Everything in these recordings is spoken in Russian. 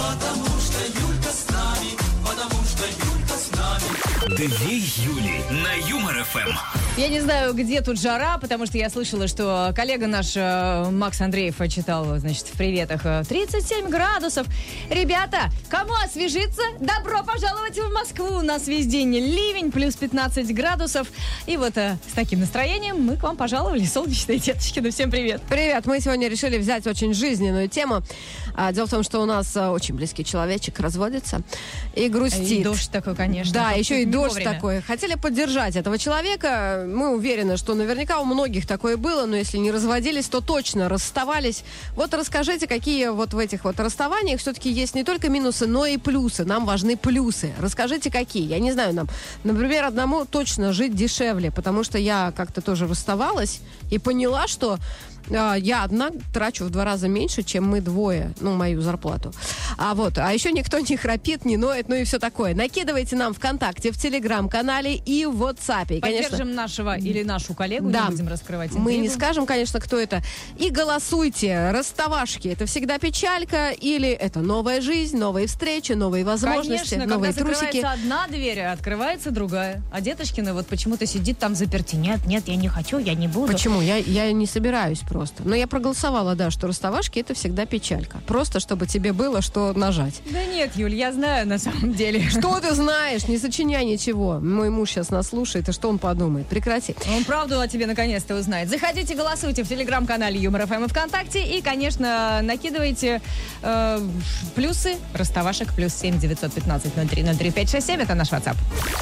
Потому что Юлька с нами, потому что Юлька с нами. 2 Юли на Юмор ФМ. Я не знаю, где тут жара, потому что я слышала, что коллега наш Макс Андреев читал, значит, в приветах 37 градусов. Ребята, кому освежиться? Добро пожаловать в Москву. У нас весь день ливень, плюс 15 градусов. И вот с таким настроением мы к вам пожаловали, солнечные деточки. Ну, всем привет. Привет, мы сегодня решили взять очень жизненную тему. Дело в том, что у нас очень близкий человечек разводится и грустит. И дождь такой, конечно. Да, еще и дождь вовремя. такой. Хотели поддержать этого человека. Мы уверены, что наверняка у многих такое было, но если не разводились, то точно расставались. Вот расскажите, какие вот в этих вот расставаниях все-таки есть не только минусы, но и плюсы. Нам важны плюсы. Расскажите, какие. Я не знаю, нам, например, одному точно жить дешевле, потому что я как-то тоже расставалась и поняла, что я одна трачу в 2 раза меньше, чем мы двое, мою зарплату. А еще никто не храпит, не ноет, и все такое. Накидывайте нам ВКонтакте, в Телеграм-канале и в WhatsApp. Поддержим нашего или нашу коллегу, да, не будем раскрывать интригу. Мы не скажем, конечно, кто это. И голосуйте. Расставашки — это всегда печалька или это новая жизнь, новые встречи, новые возможности, конечно, новые когда трусики? закрывается одна дверь, открывается другая. А Деточкина вот почему-то сидит там заперти. Нет, я не хочу, я не буду. Почему? Я не собираюсь просто. Но я проголосовала, да, что расставашки — это всегда печалька. Просто, чтобы тебе было что нажать. Да нет, Юль, я знаю на самом деле. Что ты знаешь? Не сочиняй ничего. Мой муж сейчас нас слушает, и что он подумает? Прекрати. Он правду о тебе наконец-то узнает. Заходите, голосуйте в Телеграм-канале Юмор ФМ и ВКонтакте. И, конечно, накидывайте плюсы расставашек. +7 915 03 03 567. Это наш WhatsApp.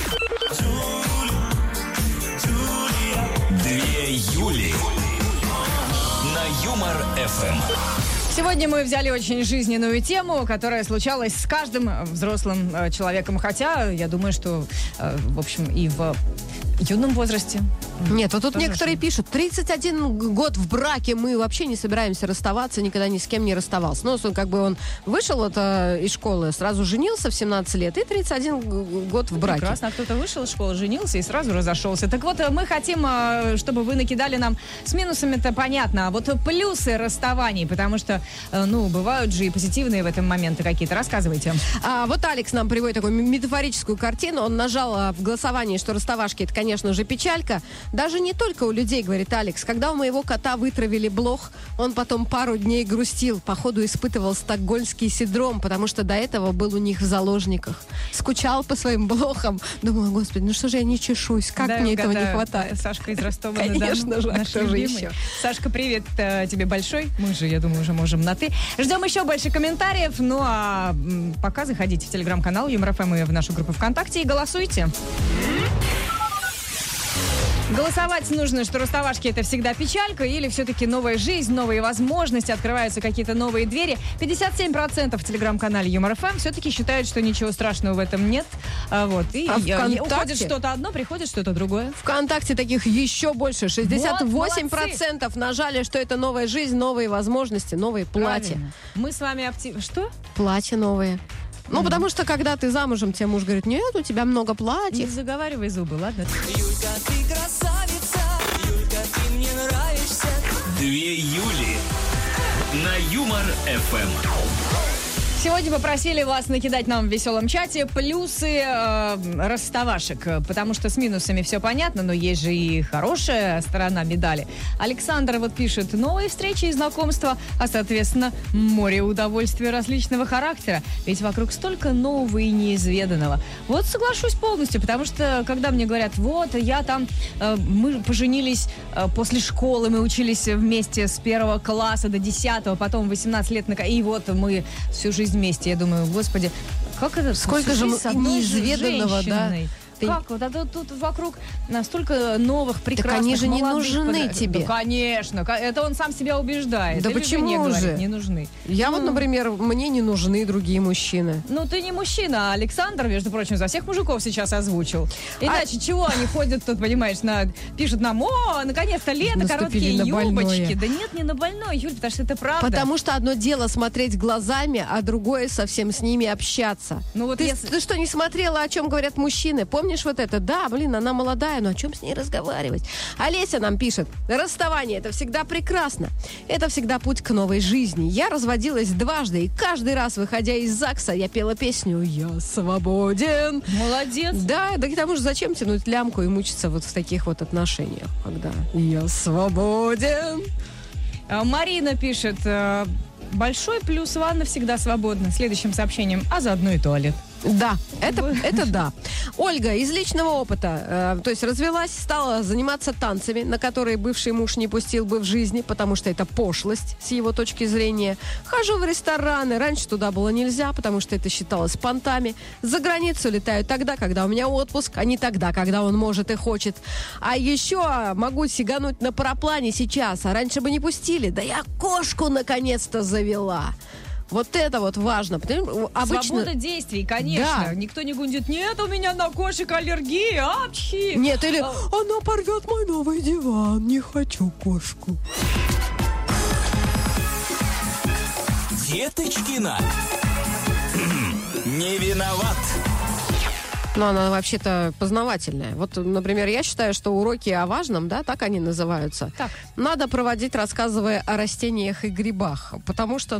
2 Юли на Юмор ФМ. Сегодня мы взяли очень жизненную тему, которая случалась с каждым взрослым человеком. Хотя, я думаю, что, в общем, и в юном возрасте. Нет, вот тут тоже некоторые пишут, 31 год в браке, мы вообще не собираемся расставаться, никогда ни с кем не расставался. Он вышел из школы, сразу женился в 17 лет и 31 год в браке. Прекрасно, а кто-то вышел из школы, женился и сразу разошелся. Так вот, мы хотим, чтобы вы накидали нам с минусами-то понятно, а вот плюсы расставаний, потому что, бывают же и позитивные в этом моменты какие-то. Рассказывайте. Вот Алекс нам приводит такую метафорическую картину. Он нажал в голосовании, что расставашки — это, конечно же, печалька. Даже не только у людей, говорит Алекс. Когда у моего кота вытравили блох, он потом пару дней грустил. Походу, испытывал стокгольмский синдром, потому что до этого был у них в заложниках. Скучал по своим блохам. Думала, господи, что же я не чешусь? Как мне этого не хватает? Сашка из Ростова. Конечно же, а кто же еще? Сашка, привет тебе большой. Мы же, я думаю, уже можем на «ты». Ждем еще больше комментариев. Ну, а пока заходите в Телеграм-канал Юмор ФМ и в нашу группу ВКонтакте и голосуйте. Голосовать нужно, что расставашки — это всегда печалька, или все-таки новая жизнь, новые возможности, открываются какие-то новые двери. 57% в Телеграм-канале Юмор ФМ все-таки считают, что ничего страшного в этом нет. Уходит что-то одно, приходит что-то другое. ВКонтакте таких еще больше. 68% нажали, что это новая жизнь, новые возможности, новые платья. Правильно. Мы с вами Что? Платья новые. Потому что, когда ты замужем, тебе муж говорит, нет, у тебя много Не платьев. заговаривай зубы, ладно? Юлька, ты красавица, Юлька, ты мне нравишься. 2 Юли на Юмор ФМ. Сегодня попросили вас накидать нам в веселом чате плюсы расставашек, потому что с минусами все понятно, но есть же и хорошая сторона медали. Александр вот пишет: новые встречи и знакомства, а соответственно море удовольствия различного характера, ведь вокруг столько нового и неизведанного. Вот соглашусь полностью, потому что когда мне говорят, вот я там, мы поженились после школы, мы учились вместе с 1 класса до 10, потом 18 лет, и вот мы всю жизнь вместе. Я думаю, господи, как это? Сколько же неизведанного, да? Как? Вот тут вокруг настолько новых, прекрасных, так они же не молодых, нужны тебе. Да, конечно. Это он сам себя убеждает. Да или почему же? Говорит, не нужны. Я например, мне не нужны другие мужчины. Ты не мужчина, а Александр, между прочим, за всех мужиков сейчас озвучил. Иначе чего они ходят тут, понимаешь, пишут нам, наконец-то лето, короткие юбочки. Да нет, не на больной, Юль, потому что это правда. Потому что одно дело смотреть глазами, а другое совсем с ними общаться. Ты что, не смотрела, о чем говорят мужчины? Помнишь, помнишь вот это? Да, блин, она молодая, но о чем с ней разговаривать? Олеся нам пишет: расставание – это всегда прекрасно. Это всегда путь к новой жизни. Я разводилась дважды, и каждый раз, выходя из ЗАГСа, я пела песню «Я свободен». Молодец. Да, да к тому же зачем тянуть лямку и мучиться вот в таких вот отношениях, когда «Я свободен». Марина пишет: большой плюс ванна всегда свободна. Следующим сообщением: а заодно и туалет. Да, это да. Ольга из личного опыта, то есть развелась, стала заниматься танцами, на которые бывший муж не пустил бы в жизни, потому что это пошлость с его точки зрения. Хожу в рестораны, раньше туда было нельзя, потому что это считалось понтами. За границу летаю тогда, когда у меня отпуск, а не тогда, когда он может и хочет. А еще могу сигануть на параплане сейчас, а раньше бы не пустили. Да я кошку наконец-то завела. Вот это вот важно. Обычно... Свобода действий, конечно. Да. Никто не гундит: нет, у меня на кошек аллергия, апчхи. Нет, или она порвет мой новый диван, не хочу кошку. Деточкина. Не виноват. Но она вообще-то познавательная. Вот, например, я считаю, что уроки о важном, да, так они называются, Так. надо проводить, рассказывая о растениях и грибах. Потому что,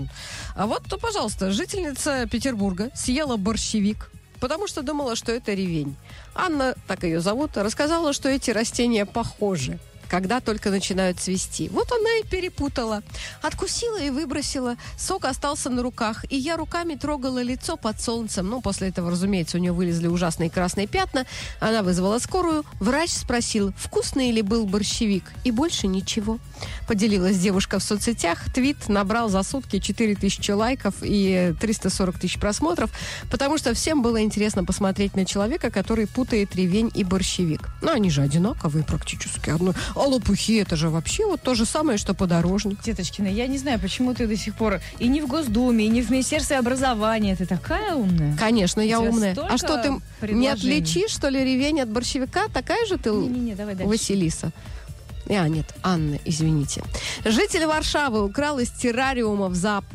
А вот, пожалуйста, жительница Петербурга съела борщевик, потому что думала, что это ревень. Анна, так ее зовут, рассказала, что эти растения похожи, когда только начинают цвести. Вот она и перепутала. Откусила и выбросила. Сок остался на руках. И я руками трогала лицо под солнцем. После этого, разумеется, у нее вылезли ужасные красные пятна. Она вызвала скорую. Врач спросил, вкусный ли был борщевик. И больше ничего. Поделилась девушка в соцсетях. Твит набрал за сутки 4000 лайков и 340 тысяч просмотров, потому что всем было интересно посмотреть на человека, который путает ревень и борщевик. Они же одинаковые практически. А лопухи — это же вообще вот то же самое, что подорожник. Деточкина, я не знаю, почему ты до сих пор и не в Госдуме, и не в Министерстве образования. Ты такая умная. Конечно, я У тебя умная. столько А что, ты не предложений. отличишь, что ли, ревень от борщевика? Такая же ты, Не-не-не, давай дальше. Василиса? Нет, Анна, извините. Житель Варшавы украл из террариума в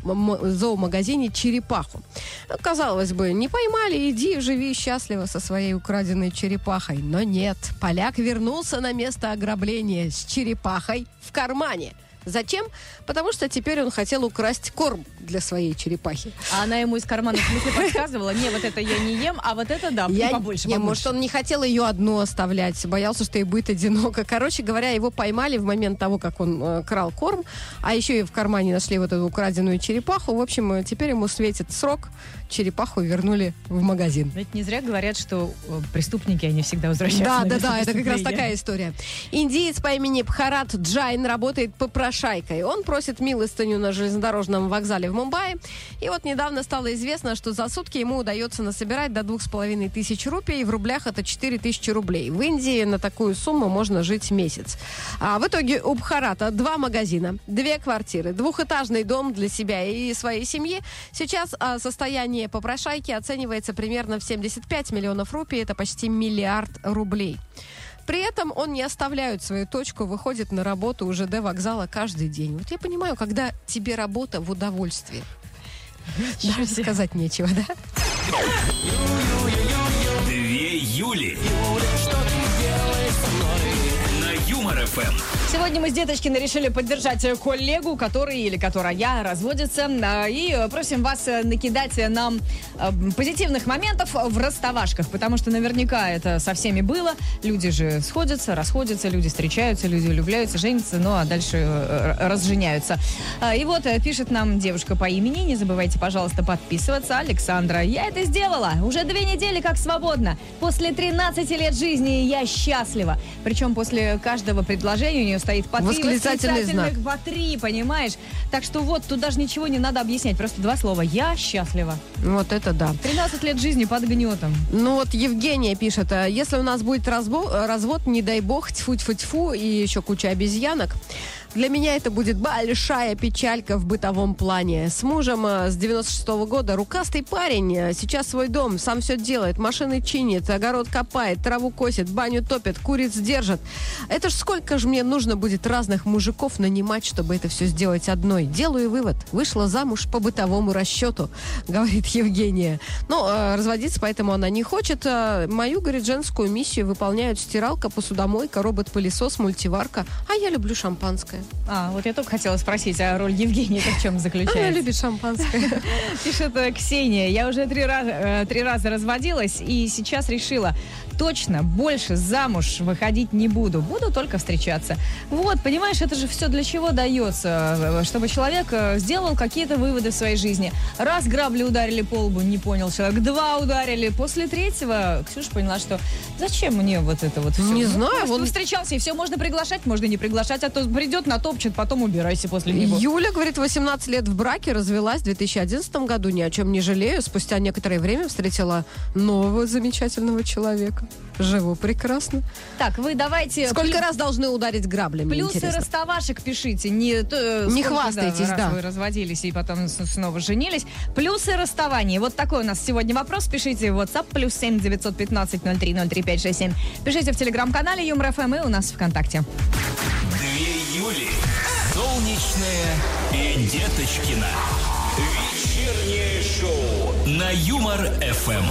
зоомагазине черепаху. Казалось бы, не поймали, иди, живи счастливо со своей украденной черепахой. Но нет, поляк вернулся на место ограбления с черепахой в кармане. Зачем? Потому что теперь он хотел украсть корм для своей черепахи. А она ему из кармана в смысле подсказывала: не, вот это я не ем, а вот это да, побольше. Может, он не хотел ее одну оставлять, боялся, что ей будет одиноко. Короче говоря, его поймали в момент того, как он крал корм, а еще и в кармане нашли вот эту украденную черепаху. В общем, теперь ему светит срок. Черепаху вернули в магазин. Ведь не зря говорят, что преступники, они всегда возвращаются на место Да, это как раз преступления. такая история. Индиец по имени Бхарат Джайн работает попрошайкой. Он просит милостыню на железнодорожном вокзале в Мумбаи. И вот недавно стало известно, что за сутки ему удается насобирать до 2500 рупий. В рублях это 4000 рублей. В Индии на такую сумму можно жить месяц. А в итоге у Бхарата 2 магазина, 2 квартиры, 2-этажный дом для себя и своей семьи. Сейчас состояние попрошайки оценивается примерно в 75 миллионов рупий. Это почти 1 миллиард рублей. При этом он не оставляет свою точку, выходит на работу у ЖД вокзала каждый день. Вот я понимаю, когда тебе работа в удовольствие. Даже сказать нечего, да? 2 Юли. На Юмор ФМ. Сегодня мы с Деточкиной решили поддержать коллегу, который или которая разводится. И просим вас накидать нам позитивных моментов в расставашках, потому что наверняка это со всеми было. Люди же сходятся, расходятся, люди встречаются, люди влюбляются, женятся, ну а дальше разженяются. И вот пишет нам девушка по имени, не забывайте, пожалуйста, подписываться, Александра. Я это сделала. Уже 2 недели как свободна. После 13 лет жизни я счастлива. Причем после каждого предложения у нее стоит по 3 восклицательный знак. по 3, понимаешь? Так что вот, тут даже ничего не надо объяснять. Просто 2 слова. Я счастлива. Вот это да. 13 лет жизни под гнетом. Ну вот Евгения пишет, если у нас будет развод, не дай бог, тьфу-тьфу-тьфу, и еще куча обезьянок, Для меня это будет большая печалька в бытовом плане. С мужем с 96-го года рукастый парень. Сейчас свой дом, сам все делает. Машины чинит, огород копает, траву косит, баню топит, куриц держит. Это ж сколько же мне нужно будет разных мужиков нанимать, чтобы это все сделать одной. Делаю вывод. Вышла замуж по бытовому расчету, говорит Евгения. Разводиться поэтому она не хочет. Мою, говорит, женскую миссию выполняют стиралка, посудомойка, робот-пылесос, мультиварка. А я люблю шампанское. Вот я только хотела спросить, а роль Евгении-то в чем заключается? Она любит шампанское. Пишет Ксения. Я уже три раза разводилась и сейчас решила, точно больше замуж выходить не буду. Буду только встречаться. Вот, понимаешь, это же все для чего дается? Чтобы человек сделал какие-то выводы в своей жизни. Раз грабли ударили по лбу, не понял человек. 2 ударили. После 3-го Ксюша поняла, что зачем мне вот это вот все? Не знаю. Он встречался, и все можно приглашать, можно не приглашать, а то придет, натопчет, потом убирайся после него. Юля, говорит, 18 лет в браке, развелась в 2011 году, ни о чем не жалею. Спустя некоторое время встретила нового замечательного человека. Живу прекрасно. Так, вы давайте... Сколько раз должны ударить граблями, плюсы интересно? расставашек пишите. Не хвастайтесь, раз вы разводились и потом снова женились. Плюсы расставания. Вот такой у нас сегодня вопрос. Пишите в WhatsApp +7 915 03 03 567. Пишите в телеграм-канале Юмор ФМ и у нас ВКонтакте. 2 Юли. Солнечная и Деточкина. Вечернее шоу на Юмор ФМ.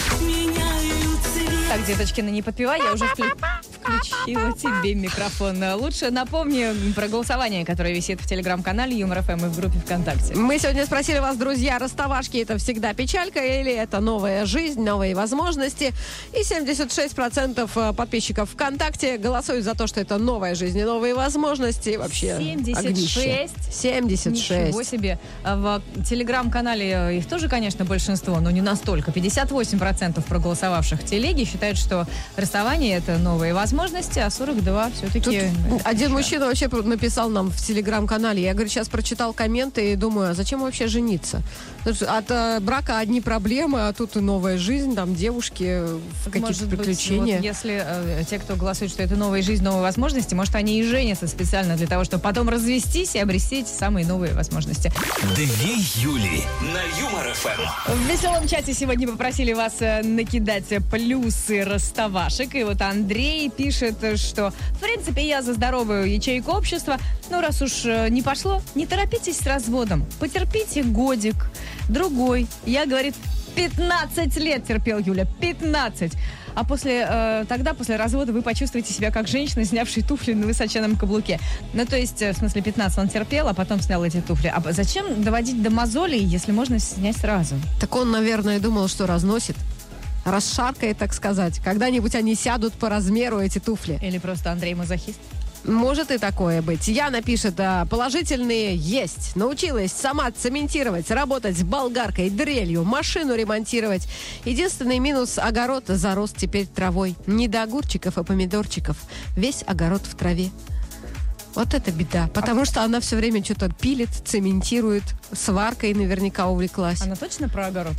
Так, Деточкина, не подпевай, я уже включила тебе микрофон. Лучше напомни про голосование, которое висит в телеграм-канале Юмор ФМ и в группе ВКонтакте. Мы сегодня спросили вас, друзья, расставашки — это всегда печалька или это новая жизнь, новые возможности? И 76% подписчиков ВКонтакте голосуют за то, что это новая жизнь и новые возможности. И вообще 76? 76. Ничего себе. В телеграм-канале их тоже, конечно, большинство, но не настолько. 58% проголосовавших в телеге считают, что расставание — это новые возможности, а 42 все-таки... Один мужчина вообще написал нам в телеграм-канале. Я, говорю, сейчас прочитал комменты и думаю, а зачем вообще жениться? От брака одни проблемы, а тут и новая жизнь, там девушки, какие-то приключения. Вот если те, кто голосует, что это новая жизнь, новые возможности, может, они и женятся специально для того, чтобы потом развестись и обрести эти самые новые возможности. 2 Юли на Юмор ФМ. В веселом чате сегодня попросили вас накидать плюсы расставашек. И вот Андрей пишет, что в принципе я за здоровую ячейку общества. Но раз уж не пошло, не торопитесь с разводом. Потерпите годик, другой. Я, говорит, 15 лет терпел, Юля, 15. А после развода вы почувствуете себя как женщина, снявшая туфли на высоченном каблуке. Ну, то есть, в смысле, 15 он терпел, а потом снял эти туфли. А зачем доводить до мозолей, если можно снять сразу? Так он, наверное, думал, что разносит. Расшаркает, так сказать. Когда-нибудь они сядут по размеру, эти туфли. Или просто Андрей мазохист? Может и такое быть. Яна пишет, положительные есть. Научилась сама цементировать, работать с болгаркой, дрелью, машину ремонтировать. Единственный минус — огород зарос теперь травой. Не до огурчиков и помидорчиков. Весь огород в траве. Вот это беда. Потому что она все время что-то пилит, цементирует. Сваркой наверняка увлеклась. Она точно про огород?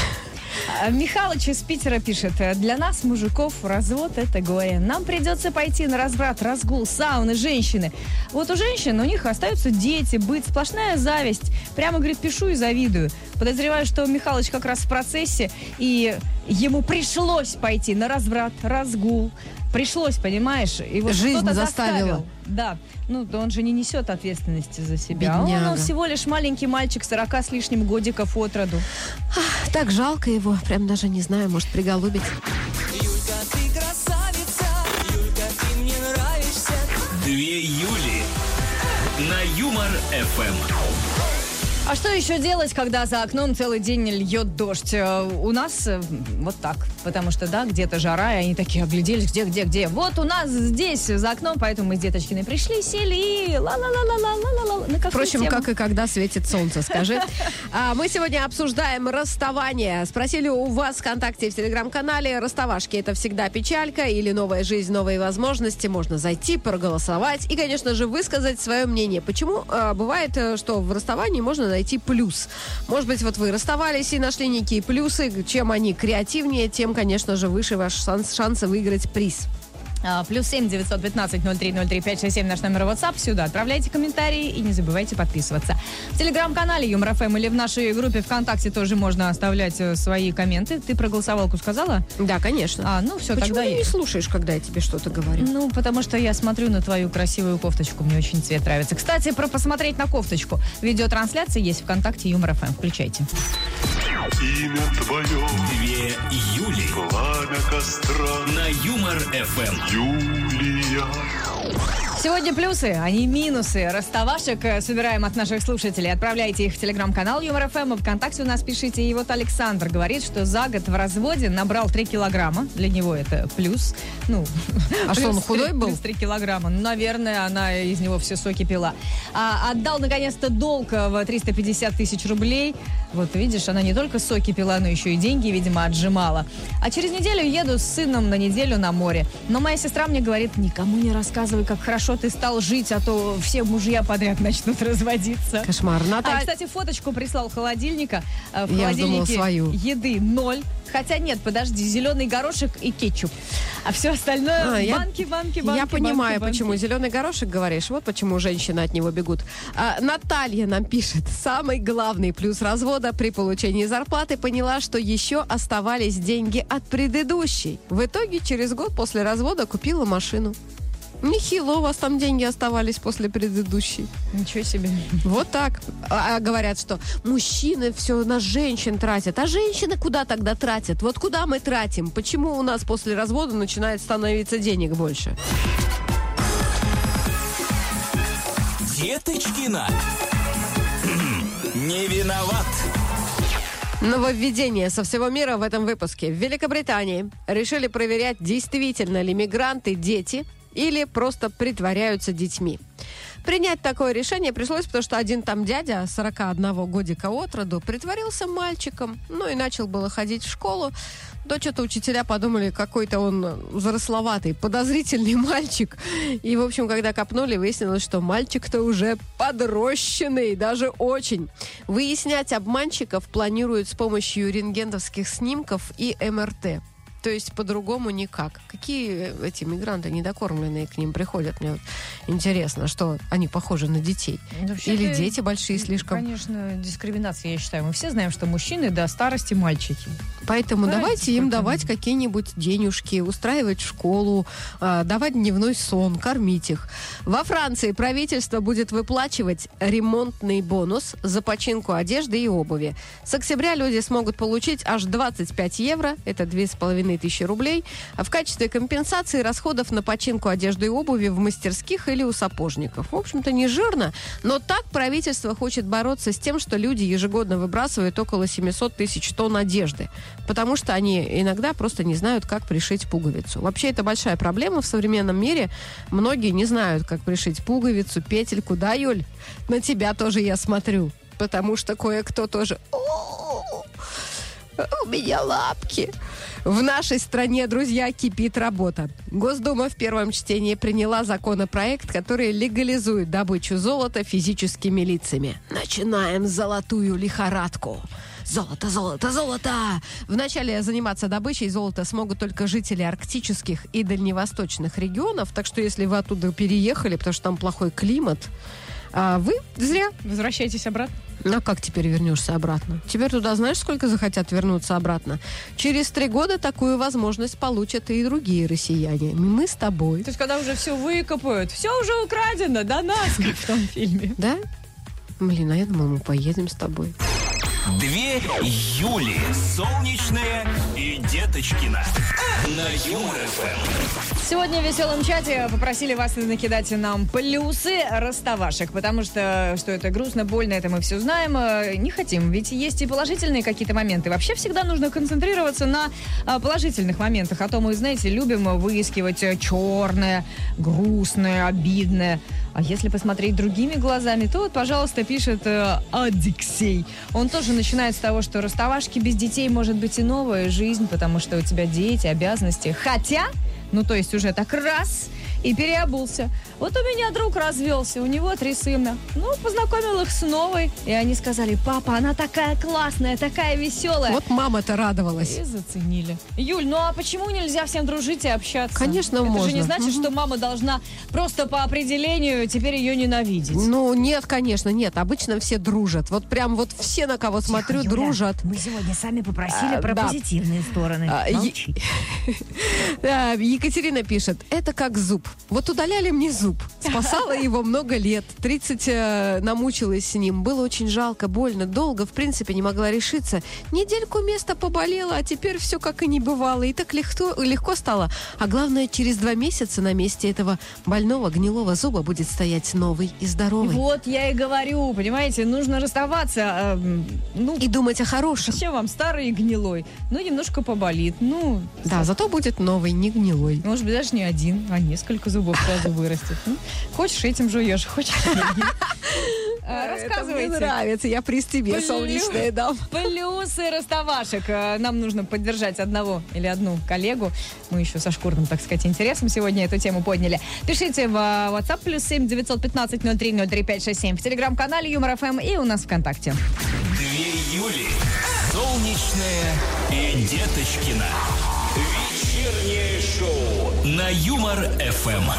Михалыч из Питера пишет: для нас, мужиков, развод — это горе. Нам придется пойти на разврат, разгул, сауны, женщины. Вот у женщин, у них остаются дети, быт, сплошная зависть. Прямо, говорит, пишу и завидую. Подозреваю, что Михалыч как раз в процессе, и ему пришлось пойти на разврат, разгул. Пришлось, понимаешь? И вот жизнь кто-то заставила. заставил. Да. Ну, он же не несет ответственности за себя. Бедняга. Он всего лишь маленький мальчик, 40 с лишним годиков от роду. Так жалко его. Прям даже не знаю, может, приголубить. Юлька, ты красавица, Юлька, ты мне нравишься. 2 Юли на Юмор ФМ. А что еще делать, когда за окном целый день льет дождь? У нас вот так. Потому что, да, где-то жара, и они такие огляделись, где. Вот у нас здесь, за окном, поэтому мы с Деточкиной пришли, сели и ла-ла-ла-ла-ла-ла-ла-ла. На какую Впрочем, тему? как и когда светит солнце, скажи. Мы сегодня обсуждаем расставание. Спросили у вас ВКонтакте и в Телеграм-канале, расставашки — это всегда печалька или новая жизнь, новые возможности? Можно зайти, проголосовать и, конечно же, высказать свое мнение. Почему бывает, что в расставании можно найти плюс? Может быть, вот вы расставались и нашли некие плюсы. Чем они креативнее, тем, конечно же, выше ваш шансы выиграть приз. +7 915 0303 567 наш номер WhatsApp. Сюда отправляйте комментарии и не забывайте подписываться. В телеграм-канале Юмор ФМ или в нашей группе ВКонтакте тоже можно оставлять свои комменты. Ты про голосовалку сказала? Да, конечно. Ну все, Почему тогда ты не слушаешь, когда я тебе что-то говорю? Ну, потому что я смотрю на твою красивую кофточку. Мне очень цвет нравится. Кстати, про посмотреть на кофточку. Видеотрансляция есть ВКонтакте Юмор ФМ. Включайте. Имя твое, 2 Юли пламя костра, на Юмор ФМ. Юлия. Сегодня плюсы, а не минусы. Расставашек собираем от наших слушателей. Отправляйте их в телеграм-канал Юмор ФМ, и ВКонтакте у нас пишите. И вот Александр говорит, что за год в разводе набрал 3 килограмма. Для него это плюс. А что, он худой был? Плюс 3 килограмма. Наверное, она из него все соки пила. Отдал, наконец-то, долг в 350 тысяч рублей. Вот видишь, она не только соки пила, но еще и деньги, видимо, отжимала. А через неделю еду с сыном на неделю на море. Но моя сестра мне говорит, никому не рассказывай, как хорошо ты стал жить, а то все мужья подряд начнут разводиться. Кошмар. Кстати, фоточку прислал холодильника. В Я холодильнике думала, свою. еды 0. Хотя нет, подожди, зеленый горошек и кетчуп. А все остальное банки. Я понимаю, банки. почему зеленый горошек говоришь. Вот почему женщины от него бегут. Наталья нам пишет. Самый главный плюс развода: при получении зарплаты поняла, что еще оставались деньги от предыдущей. В итоге через год после развода купила машину. Нехило у вас там деньги оставались после предыдущей. Ничего себе. Вот так. Говорят, что мужчины все на женщин тратят. А женщины куда тогда тратят? Вот куда мы тратим? Почему у нас после развода начинает становиться денег больше? Деточкина. Не виноват. Нововведение со всего мира в этом выпуске. В Великобритании решили проверять, действительно ли мигранты дети или просто притворяются детьми. Принять такое решение пришлось, потому что один там дядя, 41 годика от роду, притворился мальчиком, и начал было ходить в школу. Да что-то учителя подумали, какой-то он взрословатый, подозрительный мальчик. И, в общем, когда копнули, выяснилось, что мальчик-то уже подрощенный, даже очень. Выяснять обманщиков планируют с помощью рентгеновских снимков и МРТ. То есть по-другому никак. Какие эти мигранты недокормленные к ним приходят? Мне вот интересно, что они похожи на детей. Или дети большие слишком. Конечно, дискриминация, я считаю. Мы все знаем, что мужчины до старости мальчики. Поэтому Да, давайте им сколько давать какие-нибудь денежки, устраивать в школу, давать дневной сон, кормить их. Во Франции правительство будет выплачивать ремонтный бонус за починку одежды и обуви. С октября люди смогут получить аж 25 евро, это 2500 рублей, в качестве компенсации расходов на починку одежды и обуви в мастерских или у сапожников. В общем-то, не жирно, но так правительство хочет бороться с тем, что люди ежегодно выбрасывают около 700 тысяч тонн одежды, потому что они иногда просто не знают, как пришить пуговицу. Вообще, это большая проблема в современном мире. Многие не знают, как пришить пуговицу, петельку. Да, Юль? На тебя тоже я смотрю, потому что кое-кто тоже... У меня лапки. В нашей стране, друзья, кипит работа. Госдума в первом чтении приняла законопроект, который легализует добычу золота физическими лицами. Начинаем золотую лихорадку. Золото, золото, золото! Вначале заниматься добычей золота смогут только жители арктических и дальневосточных регионов. Так что если вы оттуда переехали, потому что там плохой климат, вы зря. Возвращайтесь обратно. А как теперь вернешься обратно? Теперь туда знаешь, сколько захотят вернуться обратно? Через 3 года такую возможность получат и другие россияне. Мы с тобой. То есть, когда уже все выкопают, все уже украдено до нас, как в том фильме. Да? Блин, а я думала, мы поедем с тобой. 2 Юли. Солнечная и Деточкина. На Юмор ФМ. Сегодня в веселом чате попросили вас накидать нам плюсы расставашек, потому что это грустно, больно, это мы все знаем, не хотим, ведь есть и положительные какие-то моменты. Вообще всегда нужно концентрироваться на положительных моментах, а то мы, знаете, любим выискивать черное, грустное, обидное. А если посмотреть другими глазами, то вот, пожалуйста, пишет Адиксей. Он тоже начинает с того, что расставашки без детей может быть и новая жизнь, потому что у тебя дети, обязанности. Хотя, то есть уже так раз, и переобулся. Вот у меня друг развелся, у него 3 сына. Ну, познакомил их с новой, и они сказали: папа, она такая классная, такая веселая. Вот мама-то радовалась. И заценили. Юль, ну а почему нельзя всем дружить и общаться? Конечно, Это можно. же не значит, что мама должна просто по определению теперь ее ненавидеть. Ну, нет, конечно, нет. Обычно все дружат. Вот прям вот все, на кого смотрю, Юля, дружат. мы сегодня сами попросили про да. позитивные стороны. Молчи. Да, Екатерина пишет: это как зуб. Вот удаляли мне зуб. Спасала его много лет. 30 намучилась с ним. Было очень жалко, больно, долго. В принципе, не могла решиться. Недельку место поболело, а теперь все как и не бывало. И так легко стало. А главное, через 2 месяца на месте этого больного гнилого зуба будет стоять новый и здоровый. Вот я и говорю, понимаете, нужно расставаться. И думать о хорошем. Зачем вам старый и гнилой? Ну, немножко поболит. Ну, Да, зато будет новый, не гнилой. может быть, даже не один, а несколько зубов сразу вырастет. Ну, хочешь, этим жуешь, хочешь, этим. Рассказывайте. Это мне нравится, я приз тебе Плюс. солнечное дам. Плюсы расставашек. Нам нужно поддержать одного или одну коллегу. Мы еще со шкурным, так сказать, интересом сегодня эту тему подняли. Пишите в WhatsApp +7 915 03 03 567 в телеграм-канале Юмор ФМ и у нас ВКонтакте. 2 Юли. Солнечная и Деточкина. Вечернее шоу на Юмор ФМ.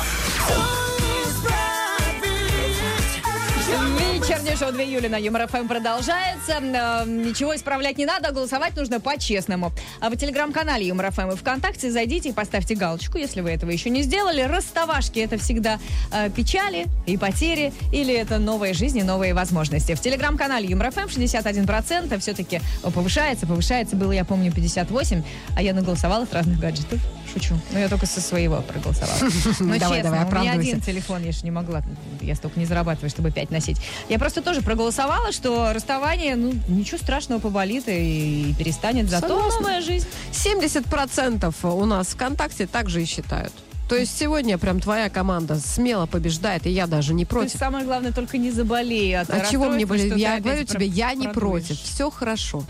Вечернее шоу 2 июля на Юмор ФМ продолжается. Ничего исправлять не надо, голосовать нужно по-честному. А в телеграм-канале Юмор ФМ и ВКонтакте зайдите и поставьте галочку, если вы этого еще не сделали. Расставашки — это всегда печали и потери, или это новая жизнь и новые возможности. В телеграм-канале Юмор ФМ 61% все-таки повышается. Было, я помню, 58%, а я наголосовала с разных гаджетов. Шучу. Но я только со своего проголосовала. Но Давай, честно, у меня оправдывайся. один телефон, я же не могла. Я столько не зарабатываю, чтобы 5 носить. Я просто тоже проголосовала, что расставание, ну, ничего страшного, поболит и перестанет. Зато Согласна. новая жизнь. 70% у нас ВКонтакте также и считают. То есть сегодня прям твоя команда смело побеждает, и я даже не То есть против. самое главное, только не заболей от А чего мне расстройства, болеть? что ты Я опять говорю тебе, я не продуешь. против. Все хорошо.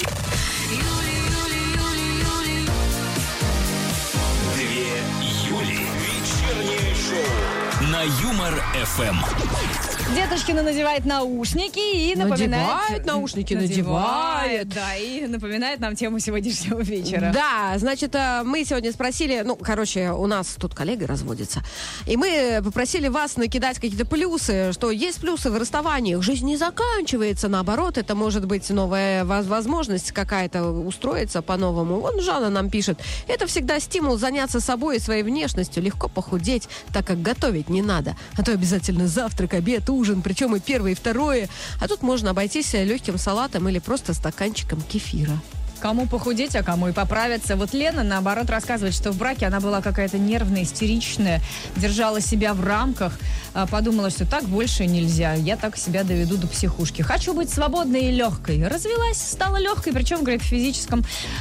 2 Юли. Вечернее шоу на Юмор ФМ. Деточкина надевает наушники и напоминает... Надевает наушники, надевает. Да, и напоминает нам тему сегодняшнего вечера. Да, значит, мы сегодня спросили, у нас тут коллега разводится, и мы попросили вас накидать какие-то плюсы, что есть плюсы в расставаниях, жизнь не заканчивается, наоборот, это может быть новая возможность какая-то устроиться по-новому. Вон Жанна нам пишет: это всегда стимул заняться собой и своей внешностью, легко похудеть, так как готовить не надо, а то обязательно завтрак, обед, ужин, причем и первое, и второе, а тут можно обойтись легким салатом или просто стаканчиком кефира. Кому похудеть, а кому и поправиться. Вот Лена, наоборот, рассказывает, что в браке она была какая-то нервная, истеричная, держала себя в рамках, подумала, что так больше нельзя. Я так себя доведу до психушки. Хочу быть свободной и легкой. Развелась, стала легкой, причем, говорит, в физическом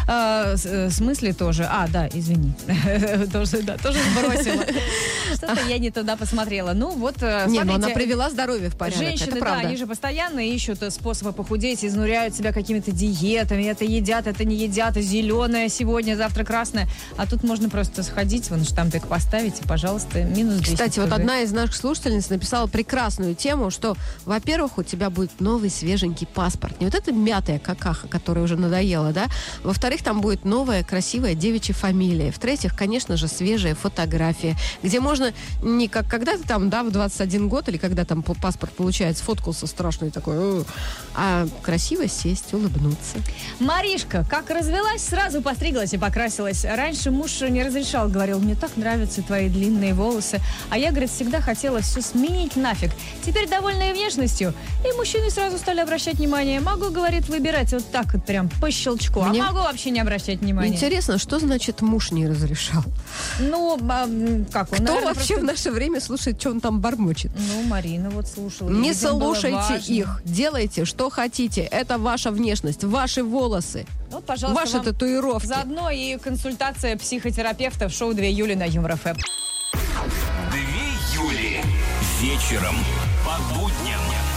смысле тоже. Да, извини. Тоже сбросила. Что-то я не туда посмотрела. Ну, вот, Не, но она смотрите, привела здоровье в порядок, женщины, это да, правда. они же постоянно ищут способы похудеть, изнуряют себя какими-то диетами, это едят, это не едят, зеленое сегодня, завтра красное. А тут можно просто сходить, вон штампик поставить, и, пожалуйста, минус 10. Кстати, вот уже. одна из наших слушательниц написала прекрасную тему, что, во-первых, у тебя будет новый свеженький паспорт. Не вот эта мятая какаха, которая уже надоела, да? Во-вторых, там будет новая красивая девичья фамилия. В-третьих, конечно же, свежая фотография, где можно не как когда-то там, да, в 21 год, или когда там паспорт получает, сфоткался страшный такой, а красиво сесть, улыбнуться. Маришка, как развелась, сразу постриглась и покрасилась. Раньше муж не разрешал, говорил: мне так нравятся твои длинные волосы. А я, говорит, всегда хотела все сменить нафиг. Теперь, довольная внешностью, и мужчины сразу стали обращать внимание. Могу, говорит, выбирать вот так вот прям по щелчку. Мне А могу вообще не обращать внимания. Интересно, что значит муж не разрешал? Ну, как он? Кто наверное, вообще просто- в наше время слушает, что он там бормочет? Ну, Марина вот слушала. Не Ей, видимо, было слушайте важно. их, делайте, что хотите. Это ваша внешность, ваши волосы, Вот, пожалуйста, ваши вам татуировки. заодно и консультация психотерапевта в шоу 2 июля на Юмор ФМ. 2 Юли. Вечером по будням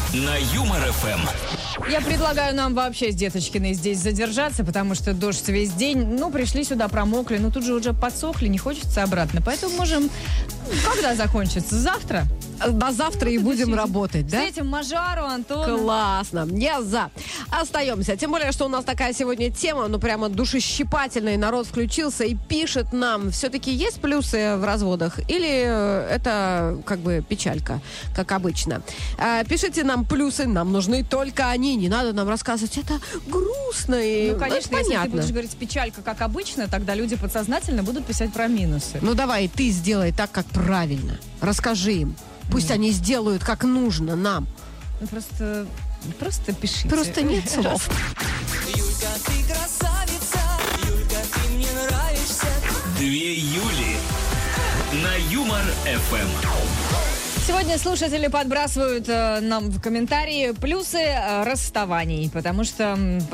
на Юмор ФМ. Я предлагаю нам вообще с Деточкиной здесь задержаться, потому что дождь весь день. Ну, пришли сюда, промокли, но тут же уже подсохли, не хочется обратно. Поэтому можем... Когда закончится? Завтра? До завтра и будем работать, да? Встретим Мажару, Антона. Классно, я за. Остаемся. Тем более, что у нас такая сегодня тема, ну прямо душещипательная. Народ включился и пишет нам. Все-таки есть плюсы в разводах? Или это как бы печалька, как обычно? Пишите нам плюсы, нам нужны только они. Не надо нам рассказывать, это грустно. И Ну, конечно, это если понятно. ты будешь говорить печалька, как обычно, тогда люди подсознательно будут писать про минусы. Ну давай, ты сделай так, как правильно. Расскажи им. Пусть они сделают, как нужно нам. Ну, просто пишите. Просто нет слов. Юлька, ты красавица, Юлька, ты мне нравишься. 2 Юли на Юмор ФМ. Сегодня слушатели подбрасывают нам в комментарии плюсы расставаний, потому что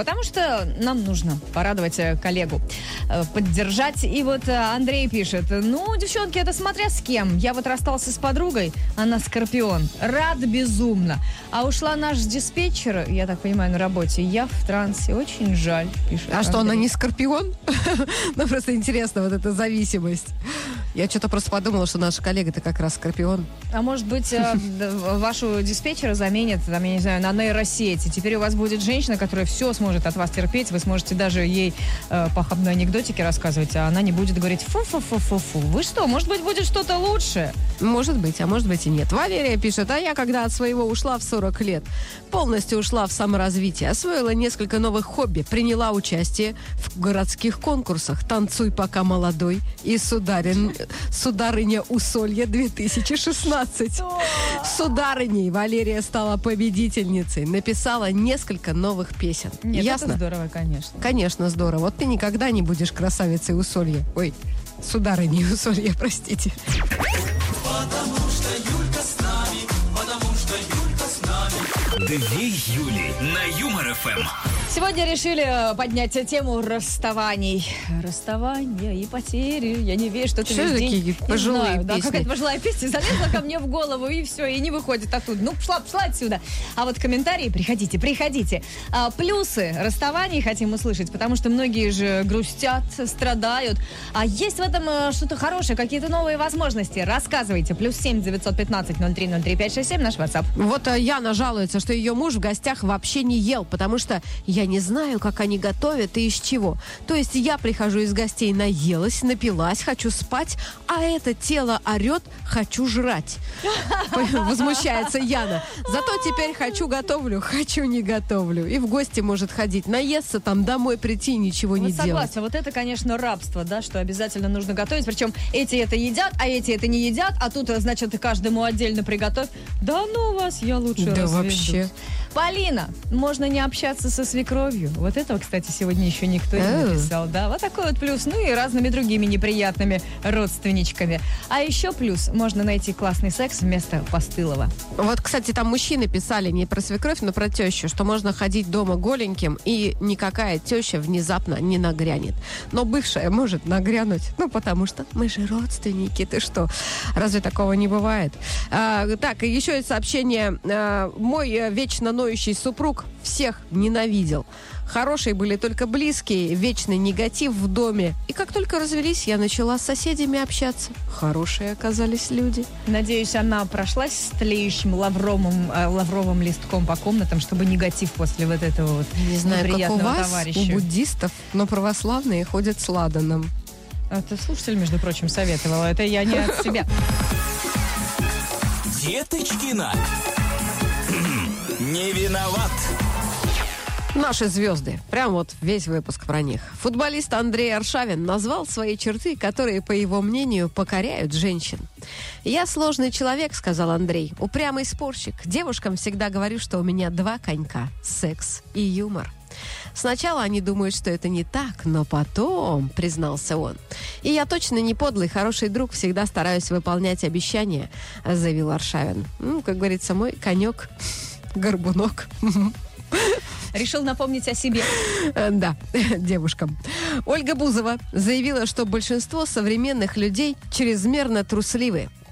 нам нужно порадовать коллегу, поддержать. И вот Андрей пишет: ну, девчонки, это смотря с кем. Я вот расстался с подругой, она скорпион, рад безумно. А ушла наш диспетчер, я так понимаю, на работе. Я в трансе, очень жаль, пишет А что, она Андрей. не скорпион? Ну, просто интересно, вот эта зависимость. Я что-то просто подумала, что наша коллега-то как раз скорпион. А может быть, вашу диспетчера заменят, там, я не знаю, на нейросети. Теперь у вас будет женщина, которая все сможет от вас терпеть. Вы сможете даже ей похабные анекдотики рассказывать, а она не будет говорить фу-фу-фу-фу-фу. Вы что, может быть, будет что-то лучше? Может быть, а может быть и нет. Валерия пишет: а я когда от своего ушла в 40 лет, полностью ушла в саморазвитие, освоила несколько новых хобби, приняла участие в городских конкурсах «Танцуй, пока молодой» и «Сударыня Усолья 2016». Сударыней Валерия стала победительницей, написала несколько новых песен. Нет, Ясно? это здорово, конечно. Конечно, здорово. Вот ты никогда не будешь красавицей Усолья. Ой, сударыней Усолья, простите. Потому что Юлька с нами, потому что Юлька с нами. 2 Юли на Юмор ФМ. Сегодня решили поднять тему расставаний. Расставания и потери. Я не верю, что ты Что весь за день... такие Не пожилые знаю, да, песни? какая-то пожилая песня залезла ко мне в голову, и все, и не выходит оттуда. Ну, пошла отсюда. А вот комментарии, приходите. Плюсы расставаний хотим услышать, потому что многие же грустят, страдают. А есть в этом что-то хорошее, какие-то новые возможности. Рассказывайте. +7 915 03 03 567 наш WhatsApp. Вот Яна жалуется, что ее муж в гостях вообще не ел, потому что я не знаю, как они готовят и из чего. То есть я прихожу из гостей, наелась, напилась, хочу спать, а это тело орет, хочу жрать. Возмущается Яна. Зато теперь хочу готовлю, хочу не готовлю. И в гости может ходить, наесться там, домой прийти, ничего не Вот делать. согласна, вот это, конечно, рабство, да, что обязательно нужно готовить. Причем эти это едят, а эти это не едят, а тут, значит, каждому отдельно приготовь. Да ну вас, я лучше Да разведусь. вообще. Полина, можно не общаться со свекровью. Вот этого, кстати, сегодня еще никто не написал. Да, вот такой вот плюс. Ну и разными другими неприятными родственничками. А еще плюс, можно найти классный секс вместо постылого. Вот, кстати, там мужчины писали не про свекровь, но про тещу, что можно ходить дома голеньким, и никакая теща внезапно не нагрянет. Но бывшая может нагрянуть, ну, потому что мы же родственники, ты что? Разве такого не бывает? Так, и еще есть сообщение. Мой вечно ноющий супруг всех ненавидел. Хорошие были только близкие, вечный негатив в доме. И как только развелись, я начала с соседями общаться. Хорошие оказались люди. Надеюсь, она прошлась с тлеющим лавровым листком по комнатам, чтобы негатив после вот этого вот Не знаю, как у неприятного вас, товарища. у буддистов, но православные ходят с ладаном. Это слушатель, между прочим, советовал. Это я не от себя. Деточкина. Не виноват. Наши звезды. Прям вот весь выпуск про них. Футболист Андрей Аршавин назвал свои черты, которые, по его мнению, покоряют женщин. «Я сложный человек», — сказал Андрей. «Упрямый спорщик. Девушкам всегда говорю, что у меня 2 конька — секс и юмор». Сначала они думают, что это не так, но потом, признался он. «И я точно не подлый, хороший друг, всегда стараюсь выполнять обещания», — заявил Аршавин. Как говорится, мой конек — горбунок. Решил напомнить о себе. Да, девушкам. Ольга Бузова заявила, что большинство современных людей чрезмерно трусливы.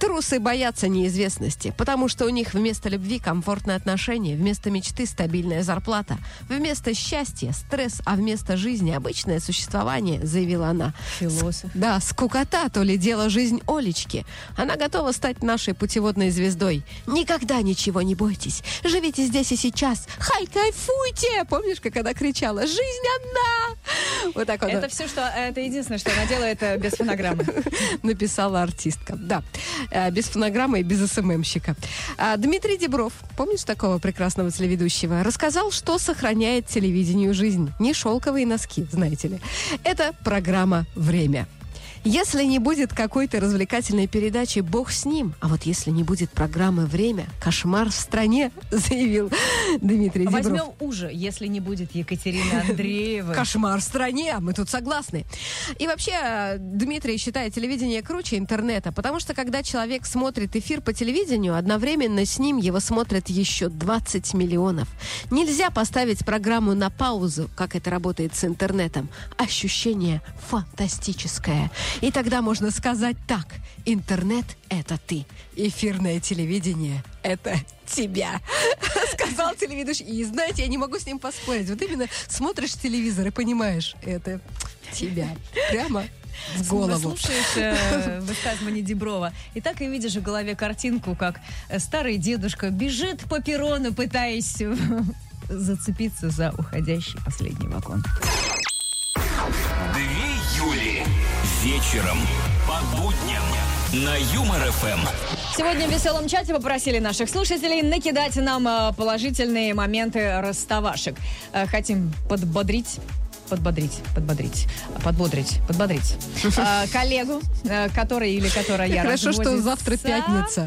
Трусы боятся неизвестности, потому что у них вместо любви комфортные отношения, вместо мечты стабильная зарплата, вместо счастья стресс, а вместо жизни обычное существование, заявила она. Философ. Да, скукота, то ли дело жизнь Олечки. Она готова стать нашей путеводной звездой. Никогда ничего не бойтесь. Живите здесь и сейчас. Хай, кайфуйте! Помнишь, как она кричала? Жизнь одна! Вот так вот. Это все, что... Это единственное, что она делает без фонограммы. Написала артистка. Да. Без фонограммы и без СММщика. Дмитрий Дибров, помнишь такого прекрасного телеведущего, рассказал, что сохраняет телевидению жизнь. Не шелковые носки, знаете ли. Это программа «Время». Если не будет какой-то развлекательной передачи, бог с ним. А вот если не будет программы «Время», кошмар в стране, заявил Дмитрий Дибров. Возьмем уже, если не будет Екатерины Андреевой. Кошмар в стране, мы тут согласны. И вообще, Дмитрий считает телевидение круче интернета, потому что когда человек смотрит эфир по телевидению, одновременно с ним его смотрят еще 20 миллионов. Нельзя поставить программу на паузу, как это работает с интернетом. Ощущение фантастическое. И тогда можно сказать так: интернет — это ты, эфирное телевидение — это тебя, сказал телеведущий. И знаете, я не могу с ним поспорить. Вот именно смотришь телевизор и понимаешь, это тебя. Прямо в голову. Слушаешь высказывание Диброва, и так и видишь в голове картинку, как старый дедушка бежит по перрону, пытаясь зацепиться за уходящий последний вагон. Две Юли. Вечером по будням на Юмор-ФМ. Сегодня в веселом чате попросили наших слушателей накидать нам положительные моменты расставашек. Хотим подбодрить коллегу, который или которая я Хорошо, разводится. что завтра пятница.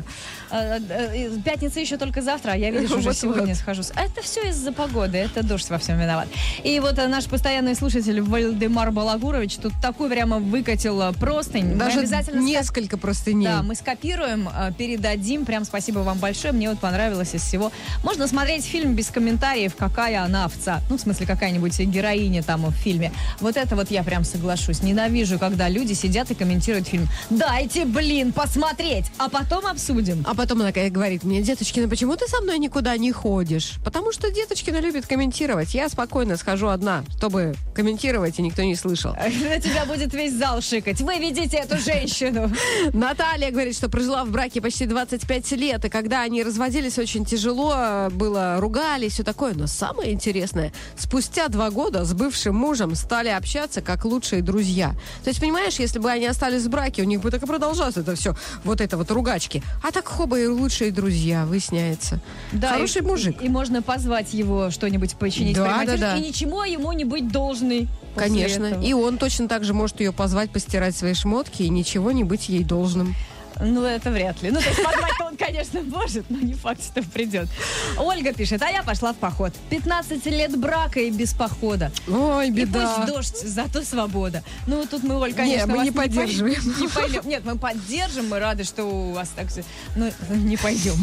Пятница еще только завтра, а я, видишь, уже сегодня схожусь. Это все из-за погоды, это дождь во всем виноват. И вот наш постоянный слушатель Вальдемар Балагурович тут такой прямо выкатил простынь. Даже обязательно несколько простыней. Да, мы скопируем, передадим. Прям спасибо вам большое, мне вот понравилось из всего. Можно смотреть фильм без комментариев, какая она овца. Ну, в смысле, какая-нибудь героиня там в фильме. Вот это вот я прям соглашусь. Ненавижу, когда люди сидят и комментируют фильм. Дайте, посмотреть, а потом обсудим. А потом она говорит мне: Деточкина, почему ты со мной никуда не ходишь? Потому что Деточкина любит комментировать. Я спокойно схожу одна, чтобы комментировать, и никто не слышал. На тебя будет весь зал шикать. Вы видите эту женщину. Наталья говорит, что прожила в браке почти 25 лет, и когда они разводились, очень тяжело было, ругались, все такое. Но самое интересное, спустя 2 года с бывшим мужем стали общаться как лучшие друзья. То есть, понимаешь, если бы они остались в браке, у них бы так и продолжалось это все, вот это вот ругачки. А так хоба и лучшие друзья, выясняется. Да, хороший мужик. И можно позвать его что-нибудь починить, да. И ничего ему не быть должной. Конечно. Этого. И он точно так же может ее позвать постирать свои шмотки и ничего не быть ей должным. Ну, это вряд ли. Ну, то есть позвать-то он, конечно, может, но не факт, что придет. Ольга пишет: а я пошла в поход. 15 лет брака и без похода. Ой, И беда. пусть дождь, зато свобода. Ну, тут мы, Оль, конечно, мы вас не поддерживаем. Не пойдем. Нет, мы поддержим, мы рады, что у вас так все. Ну, не пойдем.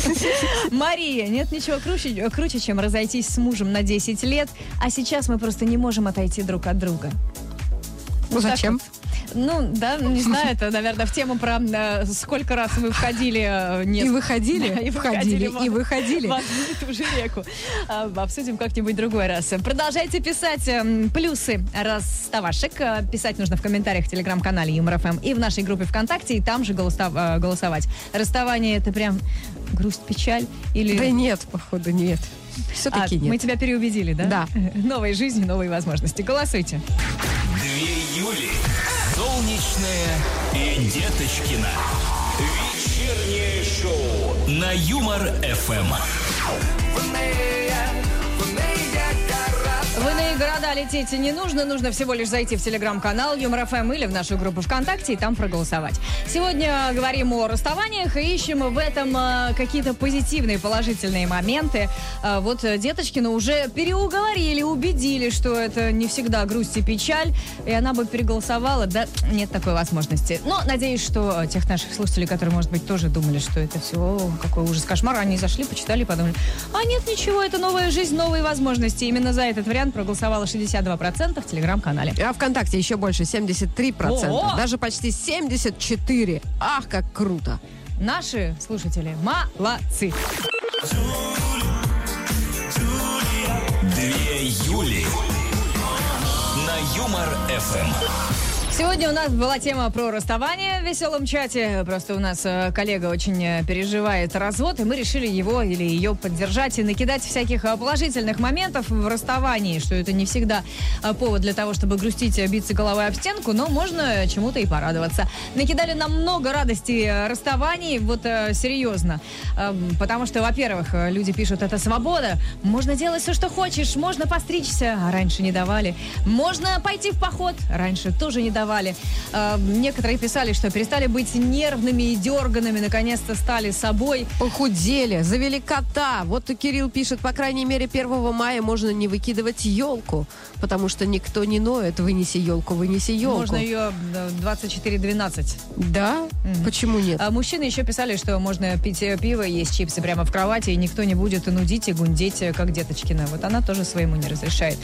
Мария: нет ничего круче, чем разойтись с мужем на 10 лет, а сейчас мы просто не можем отойти друг от друга. Ну, зачем? Ну, да, не знаю, это, наверное, в тему про сколько раз вы входили... И выходили, Да, и входили, и выходили. В одну и ту же реку. Обсудим как-нибудь другой раз. Продолжайте писать плюсы расставашек. Писать нужно в комментариях в телеграм-канале Юмор-ФМ и в нашей группе ВКонтакте, и там же голосовать. Расставание — это прям грусть, печаль? Или... Да нет, походу, нет. Все-таки нет. Мы тебя переубедили, да? Да. Новой жизни, новые возможности. Голосуйте. Две Юли. Солнечная и Деточкина. Вечернее шоу на Юмор-ФМ. В иные города лететь не нужно. Нужно всего лишь зайти в телеграм-канал Юмор-ФМ или в нашу группу ВКонтакте и там проголосовать. Сегодня говорим о расставаниях и ищем в этом какие-то позитивные, положительные моменты. Вот Деточкину уже переуговорили, убедили, что это не всегда грусть и печаль, и она бы переголосовала. Да, нет такой возможности. Но надеюсь, что тех наших слушателей, которые, может быть, тоже думали, что это все какой ужас, кошмар, они зашли, почитали, подумали: а нет, ничего, это новая жизнь, новые возможности. Именно за этот вариант проголосовало 62% в телеграм-канале. А ВКонтакте еще больше, 73%. О-о! Даже почти 74%. Ах, как круто. наши слушатели молодцы. Две Юли на Юмор ФМ. Сегодня у нас была тема про расставание в веселом чате. Просто у нас коллега очень переживает развод, и мы решили его или ее поддержать и накидать всяких положительных моментов в расставании, что это не всегда повод для того, чтобы грустить, биться головой об стенку, но можно чему-то и порадоваться. Накидали нам много радости расставаний, вот серьезно. Потому что, во-первых, люди пишут, это свобода, можно делать все, что хочешь, можно постричься, а раньше не давали. Можно пойти в поход, раньше тоже не давали. Некоторые писали, что перестали быть нервными и дерганными, наконец-то стали собой. Похудели, завели кота. Вот и Кирилл пишет, по крайней мере, 1 мая можно не выкидывать елку, потому что никто не ноет. Вынеси елку, вынеси елку. Можно ее 24-12. Да? Почему нет? Мужчины еще писали, что можно пить пиво, есть чипсы прямо в кровати, и никто не будет нудить и гундеть, как Деточкина. Вот она тоже своему не разрешает.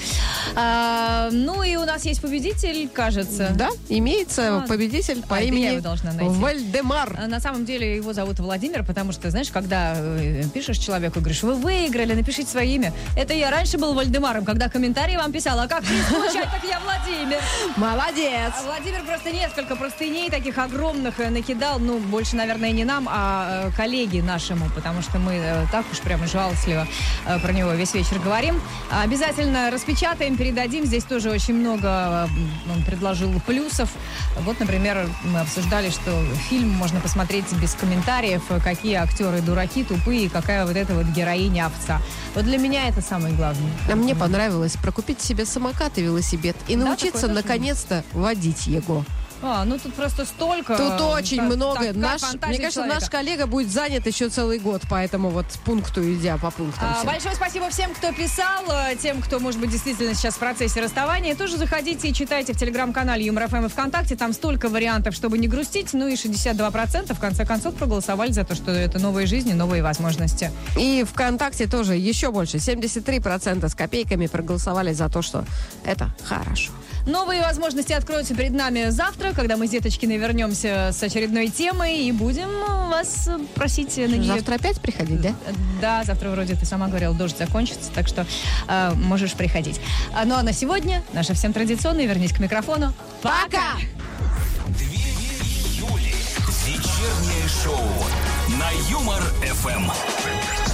Ну и у нас есть победитель, кажется. Да, имеется победитель по я имени его должна найти. Вальдемар. На самом деле его зовут Владимир, потому что, знаешь, когда пишешь человеку, говоришь, вы выиграли, напишите свое имя. Это я раньше был Вальдемаром, когда комментарии вам писала, а как не скучать, так я Владимир. Молодец. Владимир просто несколько простыней таких огромных накидал, ну, больше, наверное, не нам, а коллеге нашему, потому что мы так уж прямо жалостливо про него весь вечер говорим. Обязательно распечатаем, передадим. Здесь тоже очень много он предложил плюсов. Вот, например, мы обсуждали, что фильм можно посмотреть без комментариев, какие актеры дураки, тупые, какая вот эта вот героиня овца. Вот для меня это самое главное. А мне понравилось прокупить себе самокат и велосипед и Да, научиться такое тоже наконец-то водить его. Ну тут просто столько. Тут очень много. Мне Мне кажется, наш коллега будет занят еще целый год, поэтому вот пункту идя по пунктам. всем. Большое спасибо всем, кто писал, тем, кто, может быть, действительно сейчас в процессе расставания. Тоже заходите и читайте в телеграм-канале Юмор ФМ и ВКонтакте. Там столько вариантов, чтобы не грустить. Ну и 62% в конце концов проголосовали за то, что это новая жизнь и новые возможности. И ВКонтакте тоже еще больше. 73% с копейками проголосовали за то, что это хорошо. Новые возможности откроются перед нами завтра, когда мы с Деточкиной вернемся с очередной темой и будем вас просить на нее... Завтра опять приходить, да? Да, завтра вроде ты сама говорила, дождь закончится, так что можешь приходить. Ну а на сегодня наша всем традиционная, вернись к микрофону. Пока! Две Юли. Вечернее шоу на Юмор ФМ.